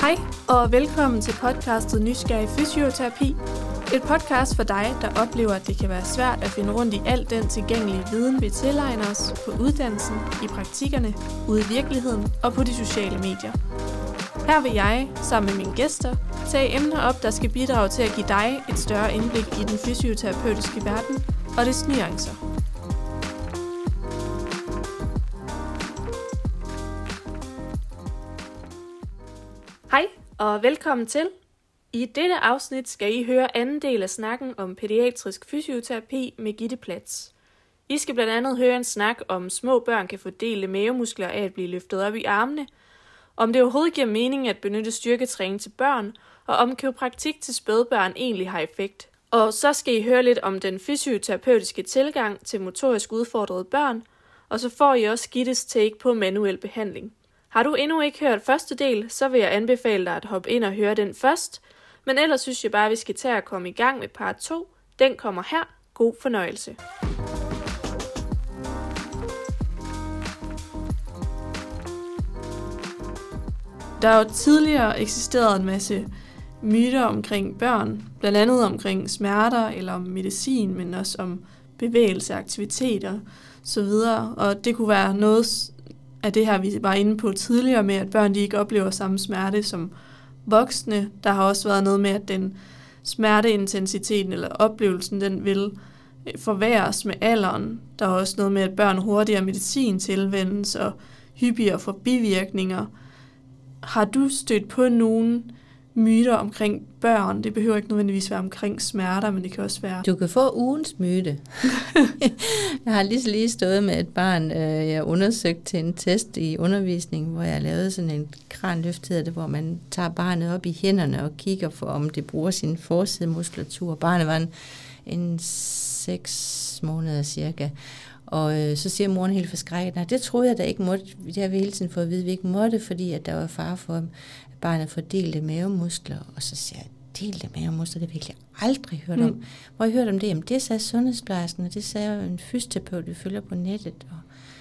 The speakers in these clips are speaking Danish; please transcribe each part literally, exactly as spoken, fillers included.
Hej og velkommen til podcastet Nysgerrig Fysioterapi. Et podcast for dig, der oplever, at det kan være svært at finde rundt i al den tilgængelige viden, vi tilegner os på uddannelsen, i praktikkerne, ude i virkeligheden og på de sociale medier. Her vil jeg, sammen med mine gæster, tage emner op, der skal bidrage til at give dig et større indblik i den fysioterapeutiske verden og dets nuancer. Hej og velkommen til. I dette afsnit skal I høre anden del af snakken om pædiatrisk fysioterapi med Gitte Platz. I skal blandt andet høre en snak om små børn kan få delte mavemuskler af at blive løftet op i armene, om det overhovedet giver mening at benytte styrketræning til børn, og om kiropraktik til spædbørn egentlig har effekt. Og så skal I høre lidt om den fysioterapeutiske tilgang til motorisk udfordrede børn, og så får I også Gittes take på manuel behandling. Har du endnu ikke hørt første del, så vil jeg anbefale dig at hoppe ind og høre den først, men ellers synes jeg bare, at vi skal tage at komme i gang med part to. Den kommer her. God fornøjelse. Der har jo tidligere eksisteret en masse myter omkring børn, blandt andet omkring smerter eller om medicin, men også om bevægelse, aktiviteter osv. Og det kunne være noget af det her, vi var inde på tidligere med, at børn de ikke oplever samme smerte som voksne. Der har også været noget med, at den smerteintensiteten eller oplevelsen, den vil forværres med alderen. Der er også noget med, at børn hurtigere medicin tilvændes og hyppigere får bivirkninger. Har du stødt på nogle myter omkring børn? Det behøver ikke nødvendigvis være omkring smerter, men det kan også være... Du kan få ugens myte. Jeg har lige lige stået med et barn, jeg undersøgte til en test i undervisning, hvor jeg lavede sådan en kranløft, hedder det, hvor man tager barnet op i hænderne og kigger for, om det bruger sin forsidemuskulatur. Barnet var en, en seks måneder cirka. Og øh, så siger moren helt forskrækket, nej, det troede jeg da ikke måtte. Det har vi hele tiden fået at vide, at vi ikke måtte, fordi at der var fare for, at barnet får delte mavemuskler. Og så siger jeg, delte mavemuskler, det har vi virkelig aldrig hørt om. Mm. Hvor jeg hørte om det? Jamen, det sagde sundhedsplejersken, og det sagde en fysioterapeut, vi følger på nettet. Og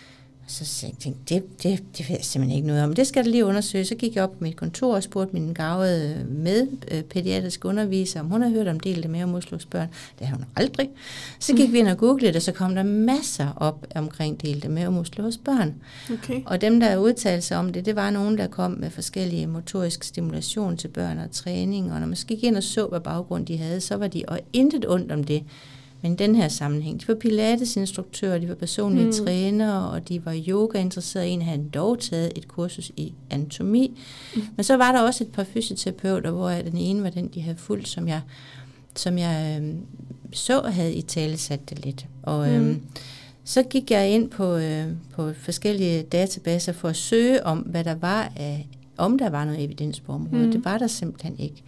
så sagde jeg, det, det, det ved jeg simpelthen ikke noget om. Det skal jeg lige undersøge. Så gik jeg op på mit kontor og spurgte min gavede med øh, pædiatrisk underviser, om hun har hørt om delte mavemuskler hos børn. Det har hun aldrig. Så gik mm. vi ind og googlede det, og så kom der masser op omkring delte mavemuskler hos børn. Okay. Og dem, der udtalte sig om det, det var nogen, der kom med forskellige motorisk stimulation til børn og træning. Og når man gik ind og så, hvad baggrund de havde, så var de og intet ondt om det. Men i den her sammenhæng, de var pilatesinstruktører, de var personlige mm. trænere, og de var yoga-interesserede. En havde dog taget et kursus i anatomi. Mm. Men så var der også et par fysioterapeuter, hvor den ene var den, de havde fulgt, som jeg, som jeg øh, så havde i tale sat det lidt. Og øh, mm. så gik jeg ind på, øh, på forskellige databaser for at søge om, hvad der var af, om der var noget evidens på området. Mm. Det var der simpelthen ikke.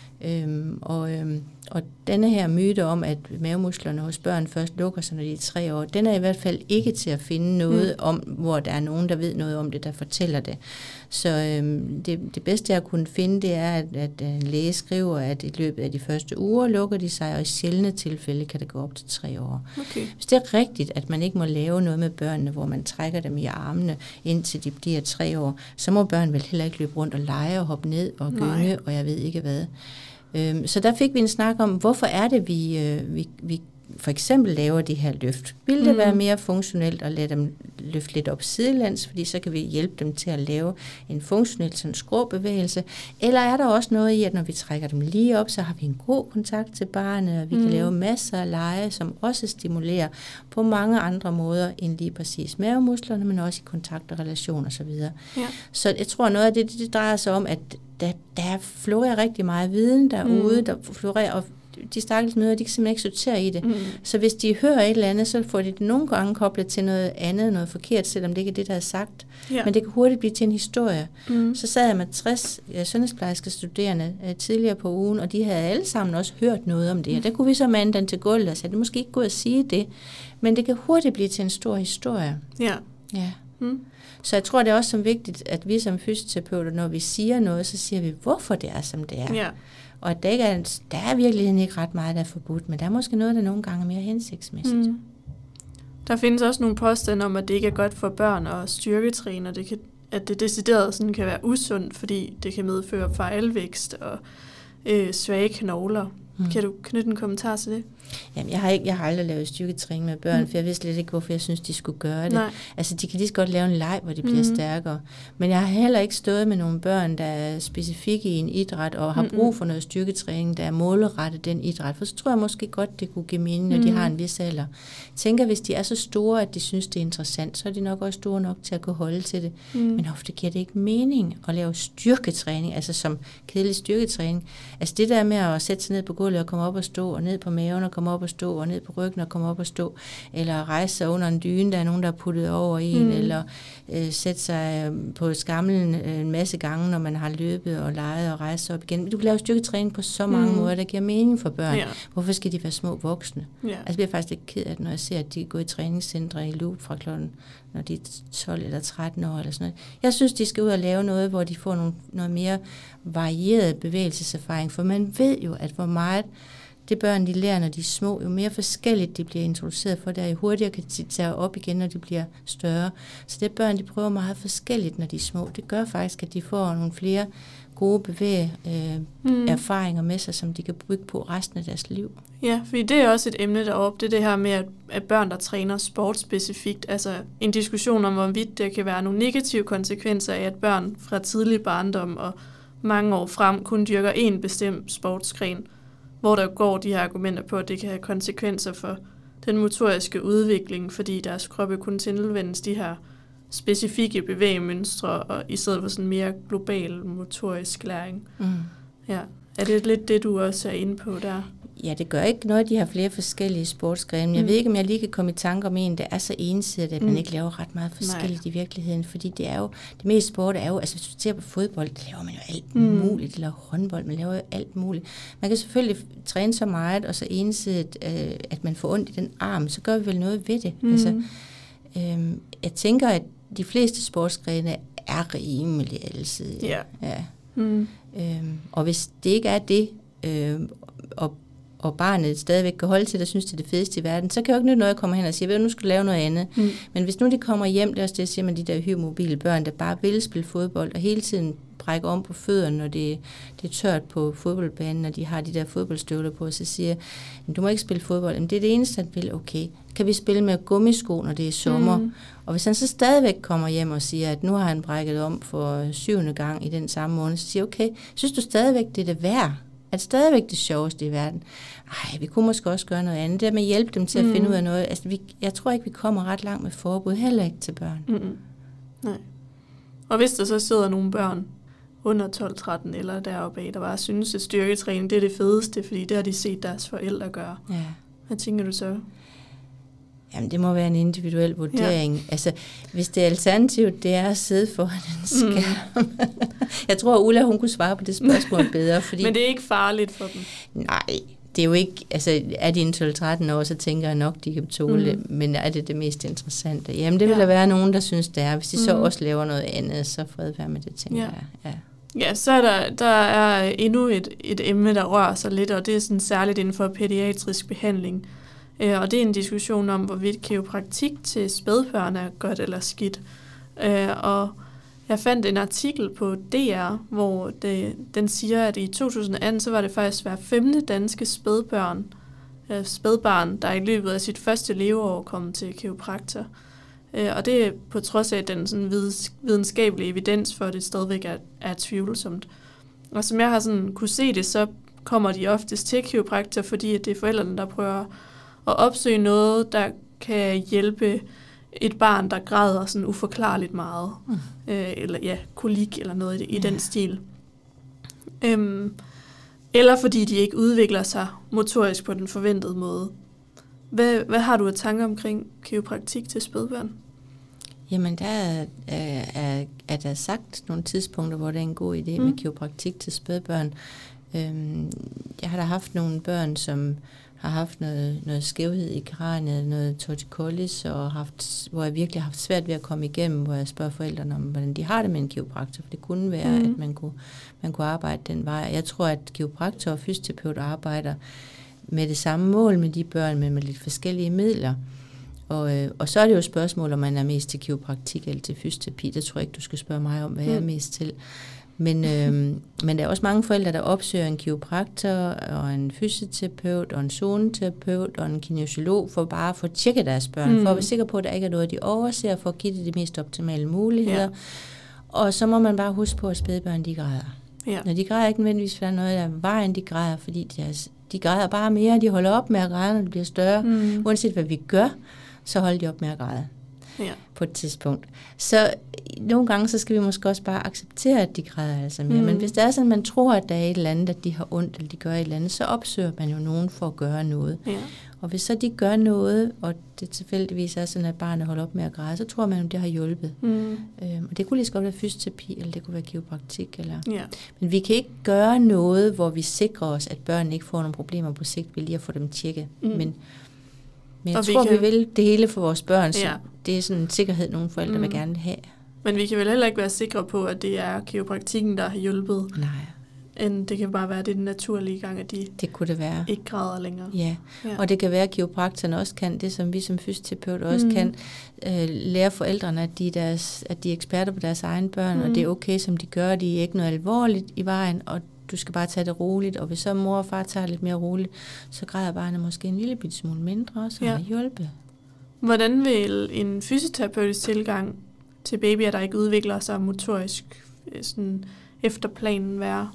Øhm, og, øhm, og denne her myte om, at mavemusklerne hos børn først lukker sig, når de er tre år, den er i hvert fald ikke til at finde noget mm. om, hvor der er nogen, der ved noget om det, der fortæller det. Så øhm, det, det bedste, jeg kunne finde, det er, at, at en læge skriver, at i løbet af de første uger lukker de sig, og i sjældne tilfælde kan det gå op til tre år. Okay. Hvis det er rigtigt, at man ikke må lave noget med børnene, hvor man trækker dem i armene, indtil de bliver tre år, så må børn vel heller ikke løbe rundt og lege og hoppe ned og gynge, Nej. og jeg ved ikke hvad. Så der fik vi en snak om, hvorfor er det, vi, vi, vi for eksempel laver de her løft. Vil det mm. være mere funktionelt at lade dem løfte lidt op sidelands, fordi så kan vi hjælpe dem til at lave en funktionel sådan skråbevægelse? Eller er der også noget i, at når vi trækker dem lige op, så har vi en god kontakt til barnet, og vi mm. kan lave masser af lege, som også stimulerer på mange andre måder end lige præcis mavemusklerne, men også i kontakt og relation osv. Ja. Så jeg tror, noget af det, det drejer sig om, at der, der florerer rigtig meget viden derude, mm. der florerer, og de stakkels møder, de kan simpelthen ikke sortere i det. Mm. Så hvis de hører et eller andet, så får de det nogle gange koblet til noget andet, noget forkert, selvom det ikke er det, der er sagt. Ja. Men det kan hurtigt blive til en historie. Mm. Så sad jeg med tres ja, sundhedsplejerske studerende uh, tidligere på ugen, og de havde alle sammen også hørt noget om det. Mm. Og der kunne vi så mande den til gulvet og sagde, det er måske ikke gå at sige det, men det kan hurtigt blive til en stor historie. Ja. Ja. Mm. Så jeg tror, det er også som vigtigt, at vi som fysioterapeuter, når vi siger noget, så siger vi, hvorfor det er, som det er. Ja. Og at der, ikke er, der er virkelig ikke ret meget, der er forbudt, men der er måske noget, der nogle gange er mere hensigtsmæssigt. Mm. Der findes også nogle påstande om, at det ikke er godt for børn at styrketræne, og det kan at det decideret sådan kan være usundt, fordi det kan medføre fejlvækst og øh, svage knogler. Mm. Kan du knytte en kommentar til det? Jamen, jeg har, ikke, jeg har aldrig lavet styrketræning med børn, mm. for jeg vidste slet ikke, hvorfor jeg synes, de skulle gøre det. Nej. Altså, de kan lige så godt lave en leg, hvor de bliver mm. stærkere. Men jeg har heller ikke stået med nogle børn, der er specifikke i en idræt, og har mm. brug for noget styrketræning, der er målrettet den idræt. For så tror jeg måske godt, det kunne give mening, når mm. de har en vis alder. Jeg tænker, hvis de er så store, at de synes, det er interessant, så er de nok også store nok til at kunne holde til det. Mm. Men ofte giver det ikke mening at lave styrketræning, altså som kedelig styrketræning. Altså det der med at sætte sig ned på gulvet og komme op og stå, og ned på maven og komme op og stå, og ned på ryggen og komme op og stå, eller rejse sig under en dyne, der er nogen, der er puttet over en, mm. eller øh, sætte sig på skamlen øh, en masse gange, når man har løbet og leget og rejst sig op igen. Du kan lave styrketræning på så mange mm. måder, der giver mening for børn. Ja. Hvorfor skal de være små voksne? Ja. Altså jeg bliver faktisk lidt ked af det, når jeg ser, at de går i træningscentre i loop fra klokken, når de er tolv eller tretten år eller sådan noget. Jeg synes, de skal ud og lave noget, hvor de får nogle, noget mere varieret bevægelseserfaring, for man ved jo, at hvor meget det børn, de lærer, når de er små, jo mere forskelligt de bliver introduceret for, der jo hurtigere kan de tage op igen, når de bliver større. Så det børn, de prøver meget forskelligt, når de er små. Det gør faktisk, at de får nogle flere gode bevæge øh, mm. erfaringer med sig, som de kan bygge på resten af deres liv. Ja, fordi det er også et emne deroppe, det er det her med, at, at børn, der træner sportsspecifikt, altså en diskussion om, hvorvidt der kan være nogle negative konsekvenser af, at børn fra tidlig barndom og mange år frem kun dyrker en bestemt sportsgren, hvor der går de her argumenter på, at det kan have konsekvenser for den motoriske udvikling, fordi deres kroppe kun tilvendes de her specifikke bevægemønstre, og i stedet for sådan mere global motorisk læring. Mm. Ja. Er det lidt det, du også er inde på der? Ja, det gør ikke noget, de har flere forskellige sportsgrene. Men jeg mm. ved ikke, om jeg lige kan komme i tanke om en, der er så ensidigt, at mm. man ikke laver ret meget forskelligt Nej. I virkeligheden. Fordi det er jo, det meste sport er jo, altså hvis du ser på fodbold, der laver man jo alt mm. muligt, eller håndbold, man laver jo alt muligt. Man kan selvfølgelig træne så meget, og så ensidigt, øh, at man får ondt i den arm, så gør vi vel noget ved det. Mm. Altså, øh, jeg tænker, at de fleste sportsgrene er rimelig alsidige. Yeah. Ja. Mm. Øhm, og hvis det ikke er det, øh, og, og barnet stadigvæk kan holde til det, synes det er det fedeste i verden, så kan jo ikke nytte noget at komme hen og sige, nu skal du lave noget andet. Mm. Men hvis nu de kommer hjem, det er også det, siger man, de der hypermobile børn, der bare vil spille fodbold, og hele tiden brækker om på fødderne, når det, det er tørt på fodboldbanen, når de har de der fodboldstøvler på, så siger du må ikke spille fodbold. Men det er det eneste, han vil. Okay, kan vi spille med gummisko, når det er sommer? Mm. Og hvis han så stadigvæk kommer hjem og siger, at nu har han brækket om for syvende gang i den samme måned, så siger okay, synes du stadigvæk, det er det værd? Er det stadigvæk det sjoveste i verden? Ej, vi kunne måske også gøre noget andet. Det er med at hjælpe dem til at mm. finde ud af noget. Altså, vi, jeg tror ikke, vi kommer ret langt med forbud, heller ikke til børn. Mm-mm. Nej. Og hvis der så sidder nogle børn under tolv tretten eller deroppe af, der bare synes, at styrketræning det er det fedeste, fordi det har de set deres forældre gøre. Ja. Hvad tænker du så? Jamen, det må være en individuel vurdering. Ja. Altså, hvis det er alternativt, det er at sidde foran en skærm. Mm. Jeg tror, at Ulla, hun kunne svare på det spørgsmål bedre. Fordi Men det er ikke farligt for dem? Nej, det er jo ikke, altså er de en tolv tretten år, så tænker jeg nok, de kan tåle mm. men er det det mest interessante? Jamen, det vil ja. Der være nogen, der synes, det er. Hvis de mm. så også laver noget andet, så fred være med det, tænker ja. jeg. Ja. Ja, så er der, der er endnu et, et emne, der rører sig lidt, og det er sådan særligt inden for pædiatrisk behandling. Øh, og det er en diskussion om, hvorvidt kiropraktik til spædbørn er godt eller skidt. Øh, og jeg fandt en artikel på D R, hvor det, den siger, at i to tusind atten, så var det faktisk hver femte danske spædbørn, øh, spædbarn, der i løbet af sit første leveår kom til kiropraktor. Øh, og det er på trods af den sådan videnskabelige evidens for, at det stadigvæk er, er tvivlsomt. Og som jeg har sådan kunne se det, så kommer de oftest til kiropraktor, fordi at det er forældrene, der prøver at opsøge noget, der kan hjælpe et barn, der græder sådan uforklarligt meget. Mm. Øh, eller ja, kolik eller noget i, i ja. Den stil. Øhm, eller fordi de ikke udvikler sig motorisk på den forventede måde. Hvad, hvad har du af tanker omkring kiropraktik til spædbørn? Jamen, der er, er, er der sagt nogle tidspunkter, hvor det er en god idé mm. med kiropraktik til spædbørn. Øhm, jeg har da haft nogle børn, som har haft noget, noget skævhed i kraniet, noget torticollis, og haft, hvor jeg virkelig har haft svært ved at komme igennem, hvor jeg spørger forældrene om, hvordan de har det med en kiropraktor. For det kunne være, mm. at man kunne, man kunne arbejde den vej. Jeg tror, at kiropraktor og fysioterapeut arbejder med det samme mål med de børn, men med lidt forskellige midler. Og, øh, og så er det jo et spørgsmål, om man er mest til kiropraktik eller til fysioterapi. Det tror jeg ikke, du skal spørge mig om, hvad mm. jeg er mest til. Men, øh, men der er også mange forældre, der opsøger en kiropraktor og en fysioterapeut og en zoneterapeut og en kinesiolog for bare at få tjekket deres børn, mm. for at være sikker på, at der ikke er noget, de overser, for at give det de mest optimale muligheder. Ja. Og så må man bare huske på, at spædbørn, de græder. Ja. Når de græder ikke nødvendigvis, for der er noget, der er vejen, de græder, fordi deres, de græder bare mere, de holder op med at græde, når de bliver større. Mm. Uanset hvad vi gør, så holder de op med at græde. Ja. På et tidspunkt. Så nogle gange, så skal vi måske også bare acceptere, at de græder altså mere. Mm. Men hvis det er sådan, at man tror, at der er et eller andet, at de har ondt, eller de gør et eller andet, så opsøger man jo nogen for at gøre noget. Ja. Og hvis så de gør noget, og det tilfældigvis er sådan, at barnet holder op med at græde, så tror man, at det har hjulpet. Mm. Øhm, og det kunne lige så godt være fysioterapi, eller det kunne være kiropraktik. Eller. Ja. Men vi kan ikke gøre noget, hvor vi sikrer os, at børnene ikke får nogle problemer på sigt, ved lige at få dem tjekket. Mm. Men Men jeg og tror, vi, kan... vi vil det hele for vores børn, så ja. Det er sådan en sikkerhed, nogle forældre mm. vil gerne have. Men vi kan vel heller ikke være sikre på, at det er kiropraktikken, der har hjulpet. Nej. End det kan bare være, at det er den naturlige gang, at de det kunne det være. Ikke græder længere. Ja. ja, og det kan være, at kiropraktorerne også kan, det som vi som fysioterapeuter også mm. kan, øh, lære forældrene, at de, er deres, at de er eksperter på deres egne børn, mm. og det er okay, som de gør, de er ikke noget alvorligt i vejen, og du skal bare tage det roligt, og hvis så mor og far tager lidt mere roligt, så græder barnet måske en lille bitte smule mindre, så ja. Har hjulpet. Hvordan vil en fysioterapeutisk tilgang til babyer, der ikke udvikler sig motorisk sådan efter planen være?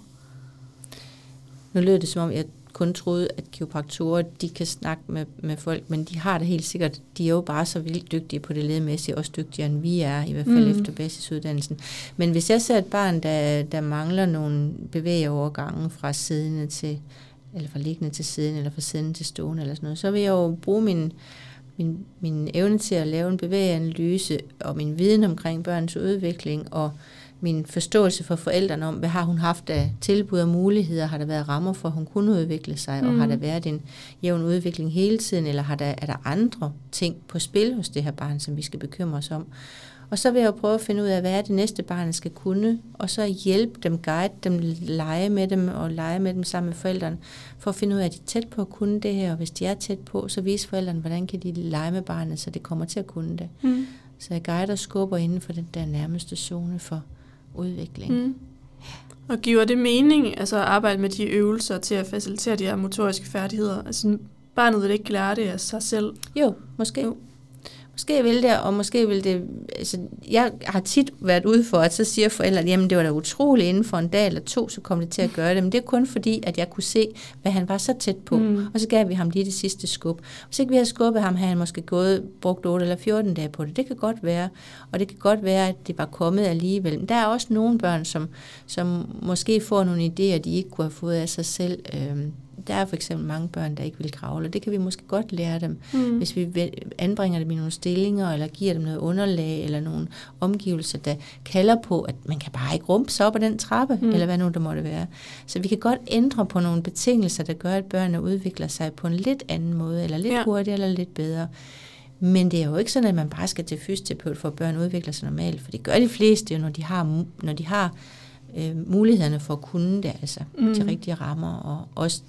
Nu lød det som om, jeg kun troede, at kiropraktorer, de kan snakke med, med folk, men de har det helt sikkert. De er jo bare så vildt dygtige på det ledmæssige, også dygtigere end vi er, i hvert fald mm. efter basisuddannelsen. Men hvis jeg ser et barn, der, der mangler nogle bevægeovergange fra siddende til, eller fra liggende til siden, eller fra siddende til stående, eller sådan noget, så vil jeg jo bruge min, min, min evne til at lave en bevægeanalyse, og min viden omkring børns udvikling, og min forståelse for forældrene om, hvad har hun haft af tilbud og muligheder, har der været rammer for, at hun kunne udvikle sig, mm. og har der været en jævn udvikling hele tiden, eller har der, er der andre ting på spil hos det her barn, som vi skal bekymre os om. Og så vil jeg jo prøve at finde ud af, hvad er det næste barn skal kunne, og så hjælpe dem, guide dem, lege med dem, og lege med dem sammen med forældrene, for at finde ud af, at de er tæt på at kunne det her, og hvis de er tæt på, så viser forældrene, hvordan kan de lege med barnet, så det kommer til at kunne det. Mm. Så jeg guider og skubber inden for den der nærmeste zone for udvikling. Mm. Og giver det mening altså at arbejde med de øvelser til at facilitere de her motoriske færdigheder? Altså barnet vil ikke lære det af sig selv? Jo, måske. Jo. Måske vil det, og måske vil det... Altså, jeg har tit været ude for, at så siger forældrene, jamen det var da utroligt inden for en dag eller to, så kom det til at gøre det. Men det er kun fordi, at jeg kunne se, hvad han var så tæt på. Mm. Og så gav vi ham lige det sidste skub. Hvis ikke vi havde skubbet ham, havde han måske gået, brugt otte eller fjorten dage på det. Det kan godt være. Og det kan godt være, at det var kommet alligevel. Men der er også nogle børn, som, som måske får nogle idéer, de ikke kunne have fået af sig selv. Øhm, Der er for eksempel mange børn, der ikke vil kravle, og det kan vi måske godt lære dem, mm. hvis vi anbringer dem i nogle stillinger, eller giver dem noget underlag, eller nogle omgivelser, der kalder på, at man kan bare ikke rumpe sig op ad den trappe, mm. eller hvad nu der måtte være. Så vi kan godt ændre på nogle betingelser, der gør, at børnene udvikler sig på en lidt anden måde, eller lidt ja. hurtigere, eller lidt bedre. Men det er jo ikke sådan, at man bare skal til fysioterapeut, for at børn udvikler sig normalt, for det gør de fleste jo, når de har, når de har øh, mulighederne for at kunne det, altså mm. de rigtige rammer, og også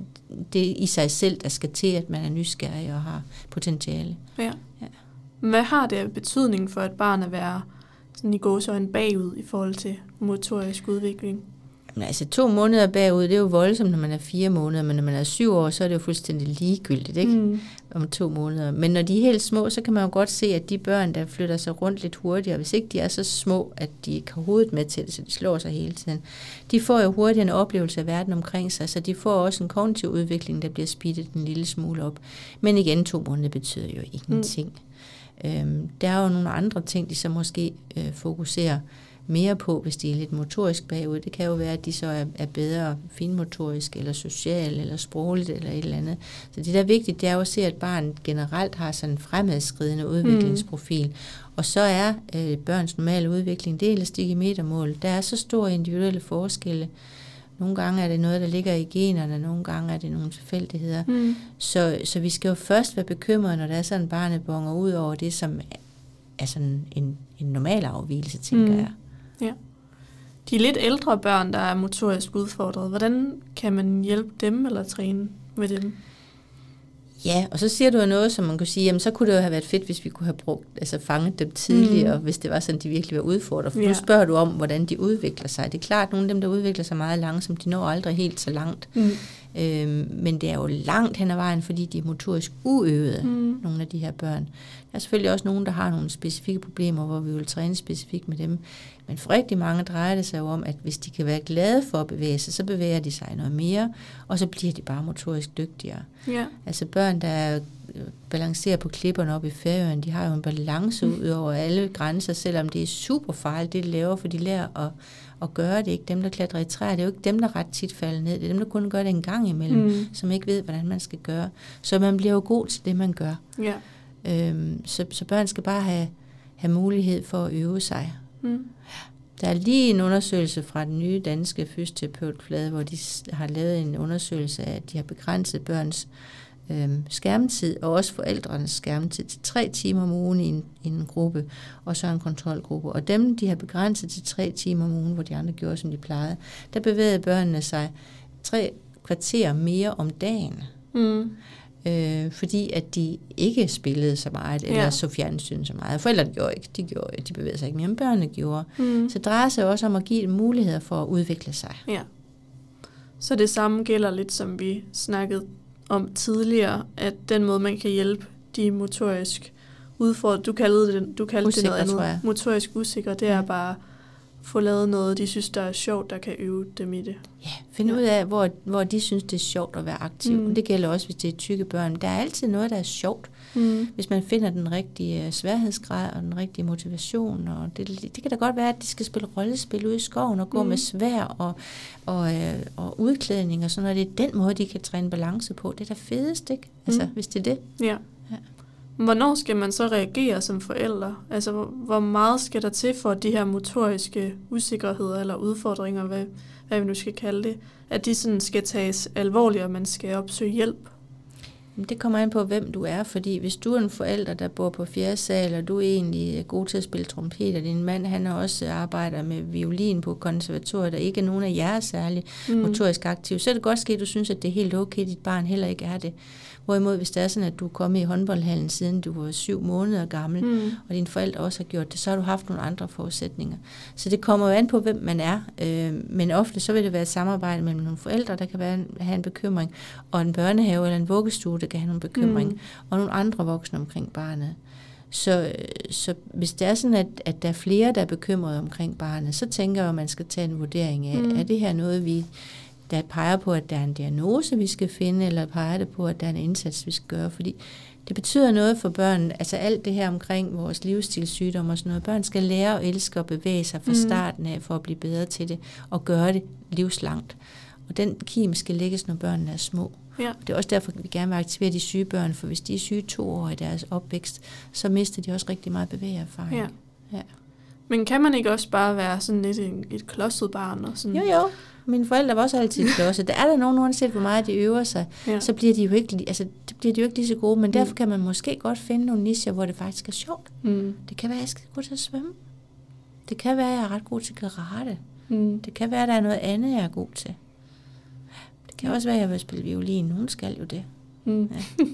det i sig selv, der skal til, at man er nysgerrig og har potentiale. Ja. Ja. Hvad har det af betydning for et barn at være sådan i gåseøjne bagud i forhold til motorisk udvikling? Men altså to måneder bagud, det er jo voldsomt, når man er fire måneder, men når man er syv år, så er det jo fuldstændig ligegyldigt, ikke? Mm. Om to måneder. Men når de er helt små, så kan man jo godt se, at de børn, der flytter sig rundt lidt hurtigere, hvis ikke de er så små, at de ikke har hovedet med til det, så de slår sig hele tiden, de får jo hurtigere en oplevelse af verden omkring sig, så de får også en kognitiv udvikling, der bliver speedet en lille smule op. Men igen, to måneder betyder jo ingenting. Mm. Øhm, der er jo nogle andre ting, de så måske øh, fokuserer mere på, hvis de er lidt motorisk bagud. Det kan jo være, at de så er, er bedre finmotorisk, eller social, eller sprogligt, eller et eller andet. Så det der er vigtigt, det er jo at se, at barnet generelt har sådan en fremadskridende udviklingsprofil. Mm. Og så er øh, børns normale udvikling, det er elastik i metermål. Der er så store individuelle forskelle. Nogle gange er det noget, der ligger i generne, nogle gange er det nogle tilfældigheder. Mm. Så, så vi skal jo først være bekymrede, når der er sådan, barnet bonger ud over det, som er sådan en, en normal afvigelse, tænker mm. jeg. Ja. De lidt ældre børn, der er motorisk udfordret, hvordan kan man hjælpe dem eller træne med dem? Ja, og så siger du jo noget, som man kunne sige, jamen så kunne det jo have været fedt, hvis vi kunne have brugt, altså fanget dem tidligere, mm. hvis det var sådan, de virkelig var udfordret. For ja. Nu spørger du om, hvordan de udvikler sig. Det er klart, at nogle af dem, der udvikler sig meget langsomt, de når aldrig helt så langt. Mm. Øhm, men det er jo langt hen ad vejen, fordi de er motorisk uøvede, mm. nogle af de her børn. Der er selvfølgelig også nogen, der har nogle specifikke problemer, hvor vi vil træne specifikt med dem. Men for rigtig mange drejer det sig jo om, at hvis de kan være glade for at bevæge sig, så bevæger de sig noget mere, og så bliver de bare motorisk dygtigere. Ja. Altså børn, der balancerer på klipperne op i Færøerne, de har jo en balance ud over alle grænser, selvom det er super farligt, det de laver, for de lærer at, at gøre det. Ikke dem, der klatrer i træer, det er jo ikke dem, der ret tit falder ned, det er dem, der kun gør det en gang imellem, mm. som ikke ved, hvordan man skal gøre. Så man bliver jo god til det, man gør. Ja. Øhm, så, så børn skal bare have, have mulighed for at øve sig. Mm. Der er lige en undersøgelse fra den nye danske fysioterapeutflade, hvor de har lavet en undersøgelse af, at de har begrænset børns øhm, skærmtid, og også forældrenes skærmtid, til tre timer om ugen i en, i en gruppe, og så en kontrolgruppe. Og dem, de har begrænset til tre timer om ugen, hvor de andre gjorde, som de plejede, der bevægede børnene sig tre kvarter mere om dagen. Mm. Øh, fordi at de ikke spillede så meget, eller ja. så fjernsyn så meget. Forældrene gjorde ikke, de, gjorde, de bevægede sig ikke mere, men børnene gjorde. Mm. Så det drejer sig også om at give dem muligheder for at udvikle sig. Ja. Så det samme gælder lidt, som vi snakkede om tidligere, at den måde, man kan hjælpe de motorisk udfordrede, du kaldte det, du kaldte usikker, det noget andet, motorisk usikre, det er bare få lavet noget, de synes, der er sjovt, der kan øve dem i det. Ja, finde ja. ud af, hvor, hvor de synes, det er sjovt at være aktiv. Mm. Det gælder også, hvis det er tykke børn. Der er altid noget, der er sjovt, mm. hvis man finder den rigtige sværhedsgrad og den rigtige motivation. Og det, det kan da godt være, at de skal spille rollespil ude i skoven og gå mm. med svær og, og, øh, og udklædning og sådan noget. Det er den måde, de kan træne balance på. Det er da fedest, ikke? Altså, mm. hvis det er det. Ja. Ja. Hvornår skal man så reagere som forælder? Altså, hvor meget skal der til for de her motoriske usikkerheder eller udfordringer, hvad, hvad vi nu skal kalde det, at de sådan skal tages alvorligt, og man skal opsøge hjælp? Det kommer an på, hvem du er, fordi hvis du er en forælder, der bor på fjerde sal, og du er egentlig god til at spille trompet, og din mand, han er også arbejder med violin på konservatoriet, og ikke er nogen af jer særlig mm. motorisk aktiv, så er det godt ske, at du synes, at det er helt okay, at dit barn heller ikke er det. Hvorimod, hvis det er sådan, at du er kommet i håndboldhallen, siden du var syv måneder gammel, mm. og dine forældre også har gjort det, så har du haft nogle andre forudsætninger. Så det kommer jo an på, hvem man er. Øh, men ofte så vil det være et samarbejde mellem nogle forældre, der kan være, have en bekymring, og en børnehave eller en vuggestue, der kan have nogle bekymring, mm. og nogle andre voksne omkring barnet. Så, så hvis det er sådan, at, at der er flere, der er bekymrede omkring barnet, så tænker jeg, at man skal tage en vurdering af, mm. er det her noget, vi... der peger på, at der er en diagnose, vi skal finde, eller peger det på, at der er en indsats, vi skal gøre, fordi det betyder noget for børn, altså alt det her omkring vores livsstilssygdom og sådan noget. Børn skal lære at elske og bevæge sig fra starten af, for at blive bedre til det, og gøre det livslangt. Og den kim skal lægges, når børnene er små. Ja. Det er også derfor, vi gerne vil aktivere de syge børn, for hvis de er syge to år i deres opvækst, så mister de også rigtig meget bevægeerfaring. Ja. Ja. Men kan man ikke også bare være sådan lidt et, et klodset barn? Og sådan? Jo, jo. Mine forældre var også altid klodset. Der er der nogen, uanset hvor meget de øver sig, ja. så bliver de jo ikke, altså, det bliver de jo ikke lige så gode, men mm. derfor kan man måske godt finde nogle nicher, hvor det faktisk er sjovt. Mm. Det kan være, at jeg skal gå til at svømme. Det kan være, at jeg er ret god til karate. Mm. Det kan være, at der er noget andet, jeg er god til. Det kan også være, at jeg vil spille violin. Nogen skal jo det. Mm. Ja.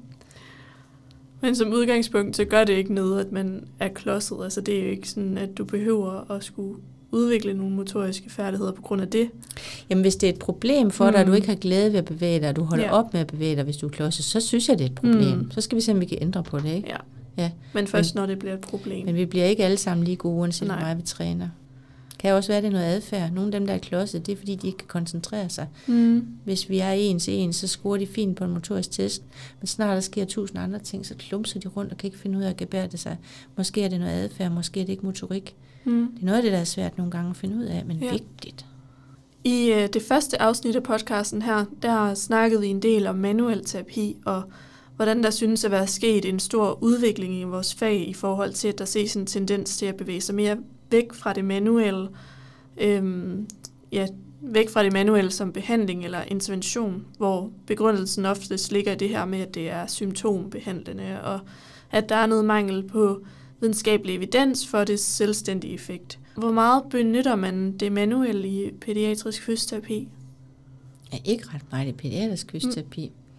Men som udgangspunkt, så gør det ikke noget, at man er klodset. Altså det er jo ikke sådan, at du behøver at skulle udvikle nogle motoriske færdigheder på grund af det. Jamen hvis det er et problem for dig, mm. at du ikke har glæde ved at bevæge dig, og du holder ja. op med at bevæge dig, hvis du er klodset, så synes jeg, det er et problem. Mm. Så skal vi se, om vi kan ændre på det, ikke? Ja. Ja. Men først, men, når det bliver et problem. Men vi bliver ikke alle sammen lige gode, uanset hvor meget vi træner. Kan også være, at det er noget adfærd. Nogle af dem, der er klodset, det er, fordi de ikke kan koncentrere sig. Mm. Hvis vi er en til en, så scorer de fint på en motorisk test, men snart der sker tusind andre ting, så klumser de rundt og kan ikke finde ud af at gebærde sig. Måske er det noget adfærd, måske er det ikke motorik. Mm. Det er noget af det, der er svært nogle gange at finde ud af, men ja. vigtigt. I øh, det første afsnit af podcasten her, der snakkede vi en del om manuel terapi, og hvordan der synes at være sket en stor udvikling i vores fag i forhold til, at der ses en tendens til at bevæge sig mere væk fra det manuelle, øhm, ja, væk fra det manuelle som behandling eller intervention, hvor begrundelsen oftest ligger i det her med, at det er symptombehandlende, og at der er noget mangel på videnskabelig evidens for det selvstændige effekt. Hvor meget benytter man det manuelle i pædiatrisk fysioterapi? Ja, ikke ret meget i pædiatrisk fysioterapi. Mm.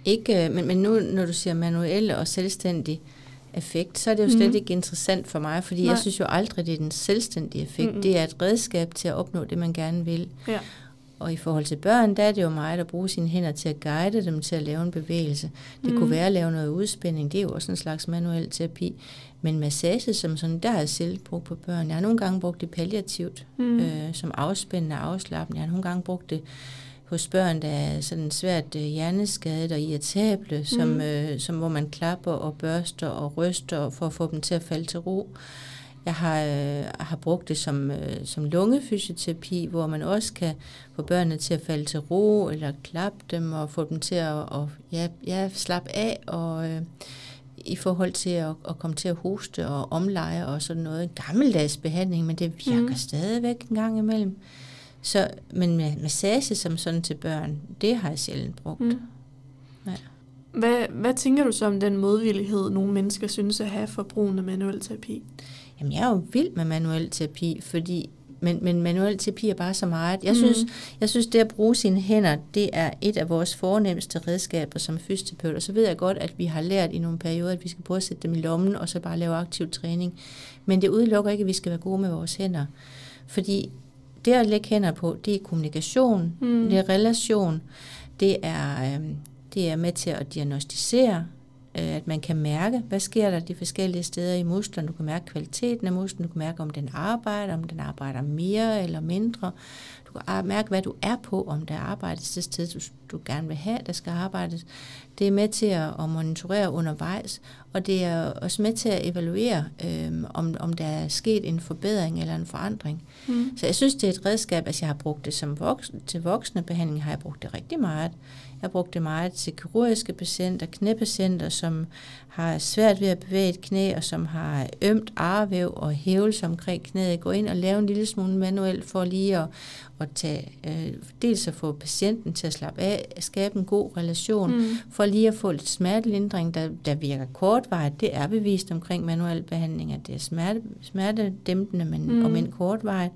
Ikke, men, men nu, når du siger manuel og selvstændig effekt, så er det jo slet mm. ikke interessant for mig, fordi Nej. jeg synes jo aldrig, det er den selvstændige effekt. Mm-hmm. Det er et redskab til at opnå det, man gerne vil. Ja. Og i forhold til børn, der er det jo meget at bruge sine hænder til at guide dem til at lave en bevægelse. Det mm. kunne være at lave noget udspænding, det er jo også en slags manuel terapi. Men massage som sådan, der har jeg selv brugt på børn. Jeg har nogle gange brugt det palliativt, mm. øh, som afspændende og afslappende. Jeg har nogle gange brugt det hos børn, der er sådan svært øh, hjerneskadet og irritable, som, mm. øh, som, hvor man klapper og børster og ryster for at få dem til at falde til ro. Jeg har, øh, har brugt det som, øh, som lungefysioterapi, hvor man også kan få børnene til at falde til ro, eller klappe dem og få dem til at og, ja, ja, slappe af, og øh, i forhold til at, at komme til at hoste og omleje og sådan noget. En gammeldags behandling, men det virker mm. stadigvæk en gang imellem. Så, men med massage som sådan til børn, det har jeg sjældent brugt. Mm. Ja. Hvad, hvad tænker du så om den modvillighed, nogle mennesker synes at have for brugen af manuel terapi? Jamen, jeg er jo vild med manuel terapi, fordi, men, men manuel terapi er bare så meget. Jeg synes, mm. jeg synes, det at bruge sine hænder, det er et af vores fornemmeste redskaber som fysioterapeut. Og så ved jeg godt, at vi har lært i nogle perioder, at vi skal prøve at sætte dem i lommen, og så bare lave aktiv træning. Men det udelukker ikke, at vi skal være gode med vores hænder. Fordi det at lægge hænder på, det er kommunikation, mm. det er relation, det er, øh, det er med til at diagnostisere, øh, at man kan mærke, hvad sker der de forskellige steder i musklen. Du kan mærke kvaliteten af musklen, du kan mærke, om den arbejder, om den arbejder mere eller mindre. Du kan mærke, hvad du er på, om der arbejdes det sted, du, du gerne vil have, der skal arbejdes. Det er med til at, at monitorere undervejs, og det er også med til at evaluere, øh, om, om der er sket en forbedring eller en forandring. Mm. Så jeg synes, det er et redskab, at jeg har brugt det som voksne, til voksne behandling, har jeg brugt det rigtig meget. Jeg har brugt det meget til kirurgiske patienter, knæpatienter, som har svært ved at bevæge et knæ, og som har ømt arvæv og hævelse omkring knæet. Gå ind og lave en lille smule manuelt for lige at, at tage, øh, dels at få patienten til at slappe af, skabe en god relation, mm. for lige at få lidt smertelindring, der, der virker kortvarigt. Det er bevist omkring manuel behandling, at det er smerte, smertedæmpende, men mm. om end kortvarigt.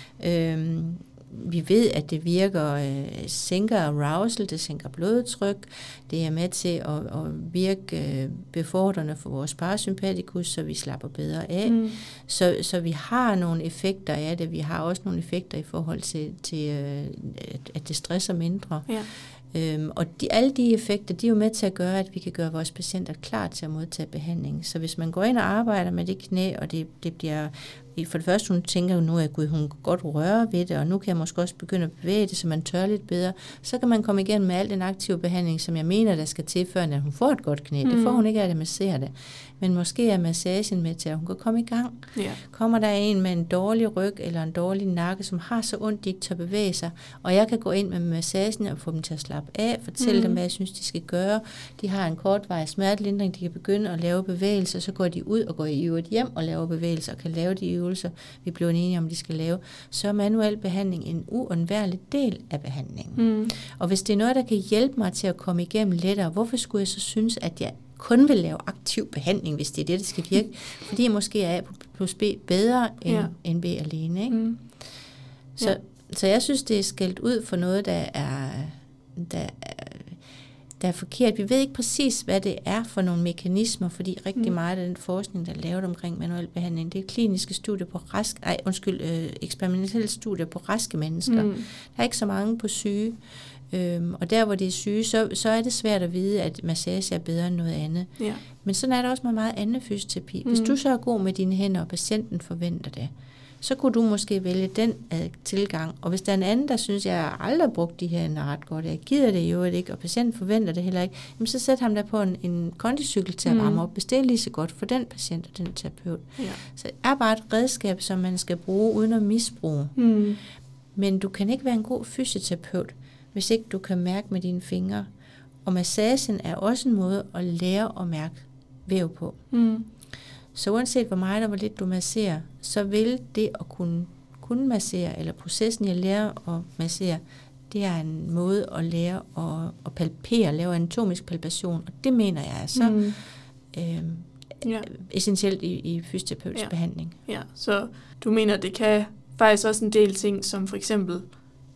Øhm, Vi ved, at det virker, øh, sænker arousal, det sænker blodtryk, det er med til at, at virke øh, befordrende for vores parasympatikus, så vi slapper bedre af. Mm. Så, så vi har nogle effekter af det. Vi har også nogle effekter i forhold til, til øh, at det stresser mindre. Ja. Øhm, og de, alle de effekter, de er jo med til at gøre, at vi kan gøre vores patienter klar til at modtage behandling. Så hvis man går ind og arbejder med det knæ, og det, det bliver... For det første, hun tænker jo nu, at Gud, hun kan godt røre ved det, og nu kan jeg måske også begynde at bevæge det, så man tør lidt bedre. Så kan man komme igennem med al den aktive behandling, som jeg mener, der skal til, før hun får et godt knæ. Mm. Det får hun ikke af at massere det. Men måske er massagen med til, at hun kan komme i gang. Yeah. Kommer der en med en dårlig ryg eller en dårlig nakke, som har så ondt, de ikke tør bevæge sig, og jeg kan gå ind med massagen og få dem til at slappe af, fortælle mm. dem, hvad jeg synes, de skal gøre. De har en kortvarig smertelindring, de kan begynde at lave bevægelser, så går de ud og går i øvrigt hjem og laver bevægelser, og kan lave de øvelser, vi bliver enige om, de skal lave. Så er manuel behandling en uundværlig del af behandlingen. Mm. Og hvis det er noget, der kan hjælpe mig til at komme igennem lettere, hvorfor skulle jeg så synes, at jeg kun vil lave aktiv behandling, hvis det er det, der skal virke? Fordi jeg måske er A plus B bedre end, ja. end B alene. Ikke? Mm. Så, ja. så jeg synes, det er skældt ud for noget, der er, der, er, der er forkert. Vi ved ikke præcis, hvad det er for nogle mekanismer, fordi rigtig mm. meget af den forskning, der er lavet omkring manuel behandling, det er kliniske studier på raske, ej, undskyld, øh, eksperimentelle studier på raske mennesker. Mm. Der er ikke så mange på syge. Øhm, og der, hvor det er syge, så, så er det svært at vide, at massage er bedre end noget andet. Ja. Men sådan er der også med meget anden fysioterapi. Hvis mm. du så er god med dine hænder, og patienten forventer det, så kunne du måske vælge den tilgang. Og hvis der er en anden, der synes, jeg har aldrig brugt de her hænder ret godt, jeg gider det jo ikke, og patienten forventer det heller ikke, jamen så sæt ham der på en, en kondicykel til at varme op. Bestil lige så godt for den patient og den terapeut. Ja. Så det er bare et redskab, som man skal bruge uden at misbruge. Mm. Men du kan ikke være en god fysioterapeut, hvis ikke du kan mærke med dine fingre. Og massagen er også en måde at lære at mærke væv på. Mm. Så uanset hvor meget og hvor lidt du masserer, så vil det at kunne, kunne massere, eller processen i at lære at massere, det er en måde at lære at, at palpere, lave anatomisk palpation. Og det mener jeg er så mm. øh, ja. essentielt i, i fysioterapeutisk ja. behandling. Ja, så du mener, det kan faktisk også en del ting, som for eksempel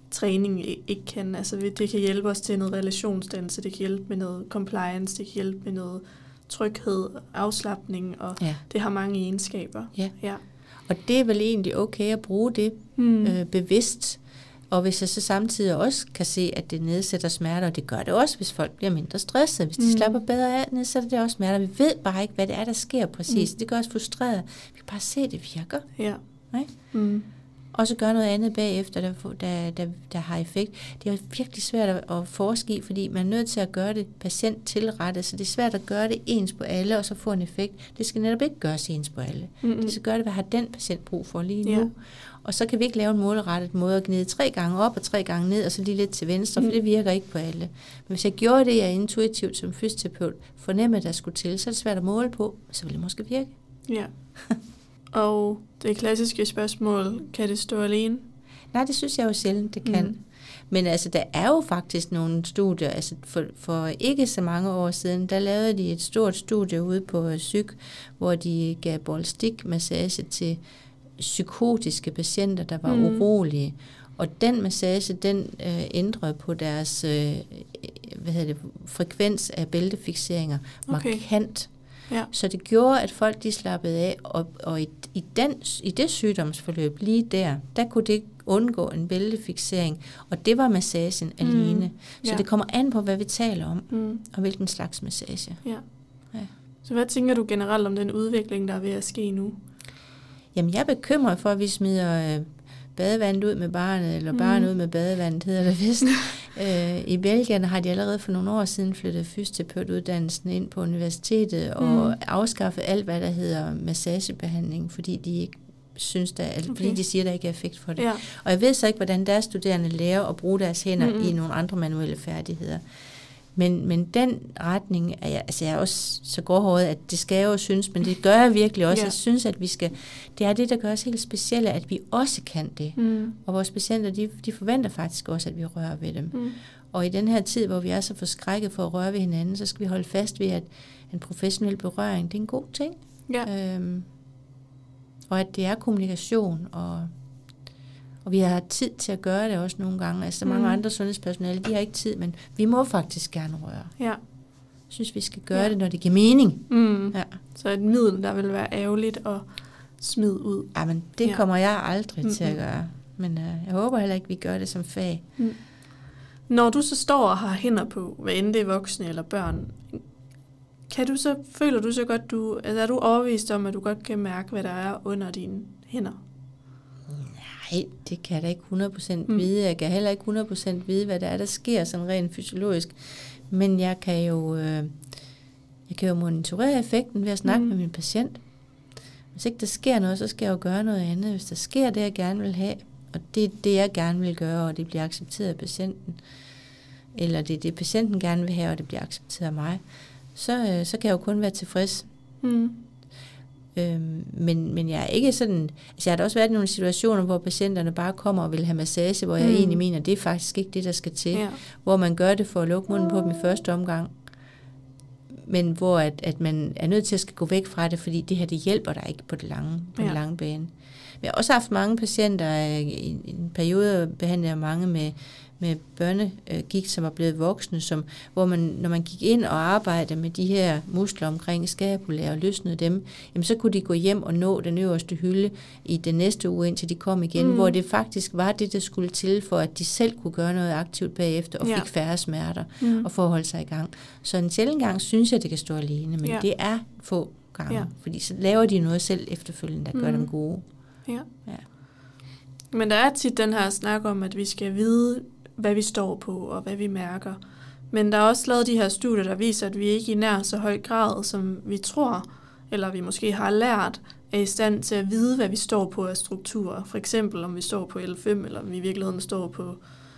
træning ikke kan. Altså det kan hjælpe os til noget relationsdannelse, det kan hjælpe med noget compliance, det kan hjælpe med noget tryghed, afslapning, og ja. Det har mange egenskaber. Ja. Ja. Og det er vel egentlig okay at bruge det mm. øh, bevidst. Og hvis jeg så samtidig også kan se, at det nedsætter smerter, og det gør det også, hvis folk bliver mindre stresset, hvis de mm. slapper bedre af, nedsætter det også smerter. Vi ved bare ikke, hvad det er, der sker præcis. Mm. Det gør os frustreret. Vi kan bare se, at det virker. Ja. Mm. Og så gøre noget andet bagefter, der, der, der, der har effekt. Det er virkelig svært at forske i, fordi man er nødt til at gøre det patienttilrettet, så det er svært at gøre det ens på alle, og så få en effekt. Det skal netop ikke gøres ens på alle. Mm-hmm. Det skal gøre det, hvad har den patient brug for lige nu. Ja. Og så kan vi ikke lave en målrettet måde at gnide tre gange op og tre gange ned, og så lige lidt til venstre, mm. for det virker ikke på alle. Men hvis jeg gjorde det, jeg intuitivt som fysioterapeut fornemmede, at der skulle til, så er det svært at måle på, så ville det måske virke. Ja. Og det klassiske spørgsmål, kan det stå alene? Nej, det synes jeg jo sjældent, det kan. Mm. Men altså, der er jo faktisk nogle studier, altså for, for ikke så mange år siden, der lavede de et stort studie ude på Psyk, hvor de gav ball-stick-massage til psykotiske patienter, der var mm. urolige. Og den massage, den øh, ændrede på deres øh, hvad hedder det, frekvens af bæltefikseringer okay. markant. Ja. Så det gjorde, at folk de slappede af, og, og i, i, den, i det sygdomsforløb lige der, der kunne det undgå en bæltefiksering, og det var massagen mm. alene. Så ja. Det kommer an på, hvad vi taler om, mm. og hvilken slags massage. Ja. Ja. Så hvad tænker du generelt om den udvikling, der er ved at ske nu? Jamen, jeg er bekymret for, at vi smider øh, badevandet ud med barnet, eller mm. barnet ud med badevandet, hedder det vist. øh, I Belgien har de allerede for nogle år siden flyttet fysioterapeutuddannelsen ind på universitetet, og mm. afskaffet alt, hvad der hedder massagebehandling, fordi de ikke synes, der, altså, okay. fordi de siger, der ikke er effekt for det. Ja. Og jeg ved så ikke, hvordan deres studerende lærer at bruge deres hænder mm. i nogle andre manuelle færdigheder. Men, men den retning er jeg, altså jeg er også så gråhåret, at det skal jeg jo synes, men det gør jeg virkelig også. Ja. Jeg synes, at vi skal, det er det, der gør os helt specielle, at vi også kan det. Mm. Og vores patienter, de, de forventer faktisk også, at vi rører ved dem. Mm. Og i den her tid, hvor vi er så forskrækket for at røre ved hinanden, så skal vi holde fast ved, at en professionel berøring, det er en god ting. Ja. Øhm, og at det er kommunikation, og Og vi har tid til at gøre det også nogle gange. Altså, der er mange mm. andre sundhedspersonale, de har ikke tid, men vi må faktisk gerne røre. Ja. Jeg synes, vi skal gøre ja. det, når det giver mening. Mm. Ja. Så et middel, der vil være ærgerligt at smide ud. Ja, men det ja. kommer jeg aldrig mm-hmm. til at gøre. Men uh, jeg håber heller ikke, vi gør det som fag. Mm. Når du så står og har hænder på, hvad end det er voksne eller børn, kan du så, føler du så godt, du, altså er du overbevist om, at du godt kan mærke, hvad der er under dine hænder? Nej, det kan jeg da ikke hundrede procent mm. vide. Jeg kan heller ikke hundrede procent vide, hvad der er, der sker sådan rent fysiologisk. Men jeg kan jo, øh, jeg kan jo monitorere effekten ved at snakke mm. med min patient. Hvis ikke der sker noget, så skal jeg jo gøre noget andet. Hvis der sker det, jeg gerne vil have, og det er det, jeg gerne vil gøre, og det bliver accepteret af patienten, eller det er det, patienten gerne vil have, og det bliver accepteret af mig, så, øh, så kan jeg jo kun være tilfreds. Mm. Øhm, men, men jeg er ikke sådan, altså jeg har da også været i nogle situationer, hvor patienterne bare kommer og vil have massage, hvor jeg mm. egentlig mener, det er faktisk ikke det, der skal til. Ja. Hvor man gør det for at lukke munden på dem i første omgang, men hvor at, at man er nødt til at skal gå væk fra det, fordi det her, det hjælper dig ikke på, det lange, på ja. den lange bane. Men jeg har også haft mange patienter, i en periode behandlede jeg mange med med børnegigt, som var blevet voksne, som, hvor man, når man gik ind og arbejdede med de her muskler omkring skapula og løsnede dem, jamen så kunne de gå hjem og nå den øverste hylde i den næste uge, indtil de kom igen, mm. hvor det faktisk var det, der skulle til, for at de selv kunne gøre noget aktivt bagefter, og ja. fik færre smerter, mm. og få holde sig i gang. Så en sjældent gang synes jeg, det kan stå alene, men ja. det er få gange, ja. fordi så laver de noget selv efterfølgende, der mm. gør dem gode. Ja. Ja. Men der er tit den her snak om, at vi skal vide, hvad vi står på, og hvad vi mærker. Men der er også lavet de her studier, der viser, at vi ikke i nær så høj grad, som vi tror, eller vi måske har lært, er i stand til at vide, hvad vi står på af strukturer. For eksempel, om vi står på L fem, eller om vi i virkeligheden står på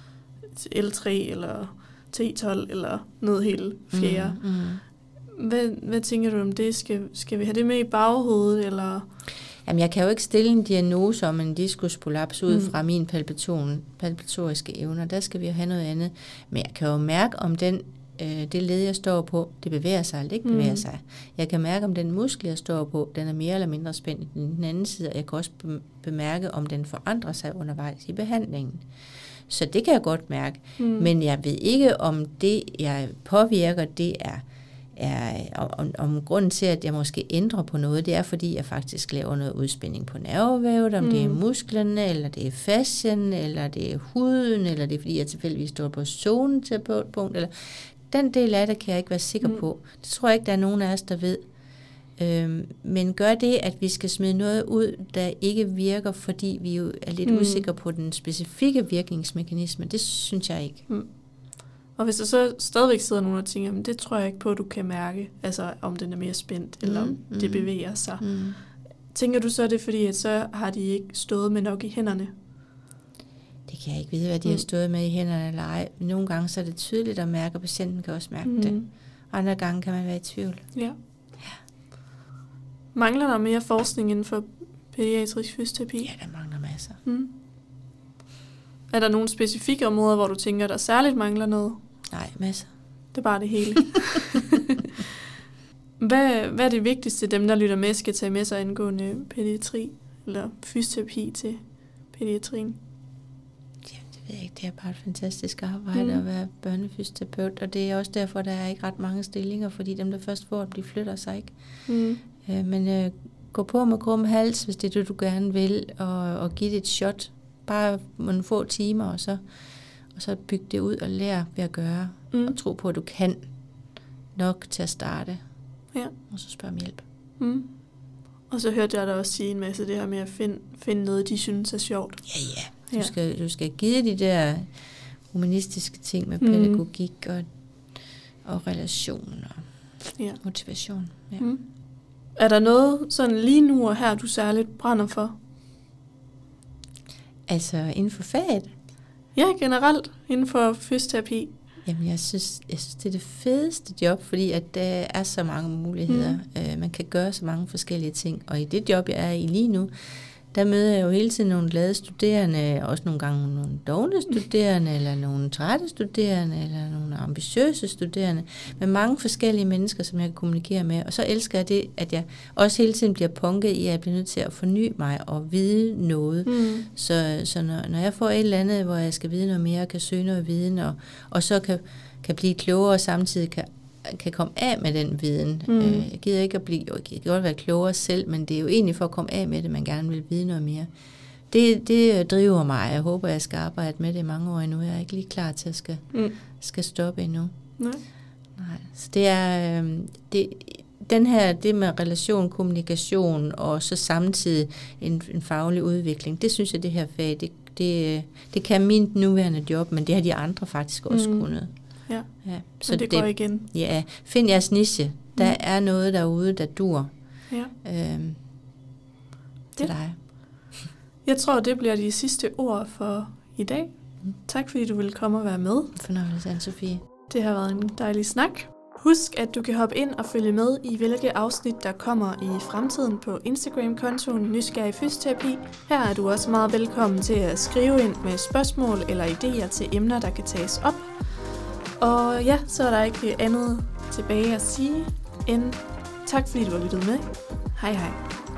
L tre, eller T tolv, eller noget helt fjerde. Mm, mm. Hvad, hvad tænker du om det? Skal, skal vi have det med i baghovedet, eller... Jamen, jeg kan jo ikke stille en diagnose om en diskusprolaps ud mm. fra min palpation, palpatoriske evner. Der skal vi jo have noget andet. Men jeg kan jo mærke, om den, øh, det led, jeg står på, det bevæger sig eller ikke bevæger mm. sig. Jeg kan mærke, om den muskel, jeg står på, den er mere eller mindre spændt i den anden side. Og jeg kan også bemærke, om den forandrer sig undervejs i behandlingen. Så det kan jeg godt mærke. Mm. Men jeg ved ikke, om det, jeg påvirker, det er, er om, om grunden til, at jeg måske ændrer på noget, det er, fordi jeg faktisk laver noget udspænding på nervevævet, om mm. det er musklerne, eller det er fascien, eller det er huden, eller det er, fordi jeg tilfældigvis står på zoneterapeutpunkt, eller den del af det kan jeg ikke være sikker mm. på. Det tror jeg ikke, der er nogen af os, der ved. Øhm, men gør det, at vi skal smide noget ud, der ikke virker, fordi vi jo er lidt mm. usikre på den specifikke virkningsmekanisme, det synes jeg ikke. Mm. Og hvis der så stadigvæk sidder nogen og tænker, men det tror jeg ikke på, at du kan mærke, altså om den er mere spændt, mm. eller om mm. det bevæger sig. Mm. Tænker du så, det er fordi, at så har de ikke stået med nok i hænderne? Det kan jeg ikke vide, hvad de mm. har stået med i hænderne eller ej. Nogle gange så er det tydeligt at mærke, og patienten kan også mærke mm. det. Andre gange kan man være i tvivl. Ja. ja. Mangler der mere forskning inden for pædiatrisk fysioterapi? Ja, der mangler masser. Mm. Er der nogle specifikke områder, hvor du tænker, der særligt mangler noget? Nej, masser. Det er bare det hele. hvad, hvad er det vigtigste, dem der lytter med, skal tage med sig angående pædiatri eller fysioterapi til pædiatrien? Ja, det ved jeg ikke. Det er bare et fantastisk arbejde mm. at være børnefysioterapeut, og det er også derfor, der er ikke ret mange stillinger, fordi dem, der først får, de flytter sig ikke. Mm. Øh, men øh, gå på med krum hals, hvis det er det, du gerne vil, og, og give det et shot. Bare nogle få timer, og så, og så bygge det ud og lære ved at gøre. Mm. Og tro på, at du kan nok til at starte. Ja. Og så spørg om hjælp. Mm. Og så hørte jeg dig også sige en masse det her med at finde, finde noget, de synes er sjovt. Ja, ja. Du, ja. Skal, du skal give de der humanistiske ting med pædagogik mm. og, og relation og ja. motivation. Ja. Mm. Er der noget sådan lige nu og her, du særligt brænder for? Altså inden for faget? Ja, generelt inden for fysioterapi. Jamen jeg synes, jeg synes, det er det fedeste job, fordi at der er så mange muligheder. Mm. Øh, man kan gøre så mange forskellige ting. Og i det job, jeg er i lige nu, der møder jeg jo hele tiden nogle glade studerende, også nogle gange nogle dovne studerende, eller nogle trætte studerende, eller nogle ambitiøse studerende, med mange forskellige mennesker, som jeg kan kommunikere med. Og så elsker jeg det, at jeg også hele tiden bliver punket i, at jeg bliver nødt til at forny mig og vide noget. Mm. Så, så når, når jeg får et eller andet, hvor jeg skal vide noget mere, kan søge noget viden, og, og så kan, kan blive klogere, og samtidig kan kan komme af med den viden. Mm. Jeg gider ikke at blive, jeg kan godt være klogere selv, men det er jo egentlig for at komme af med det, man gerne vil vide noget mere. Det, det driver mig. Jeg håber, jeg skal arbejde med det i mange år endnu. Jeg er ikke lige klar til at skal, mm. skal stoppe endnu. Nej. Nej. Så det er det, den her, det med relation, kommunikation og så samtidig en, en faglig udvikling, det synes jeg, det her fag, det, det, det kan min nuværende job, men det har de andre faktisk også mm. kunnet. Ja, ja. Så det, det går igen. Ja, find jeres niche. Der mm. er noget derude, der dur ja. øhm, til ja. dig. Jeg tror, det bliver de sidste ord for i dag. Mm. Tak fordi du ville komme og være med. Fornøjelse, Anne-Sophie. Det har været en dejlig snak. Husk, at du kan hoppe ind og følge med i, hvilke afsnit, der kommer i fremtiden på Instagram-kontoen Nysgerrig Fysioterapi. Her er du også meget velkommen til at skrive ind med spørgsmål eller idéer til emner, der kan tages op. Og ja, så er der ikke andet tilbage at sige end tak fordi du har lyttet med. Hej hej.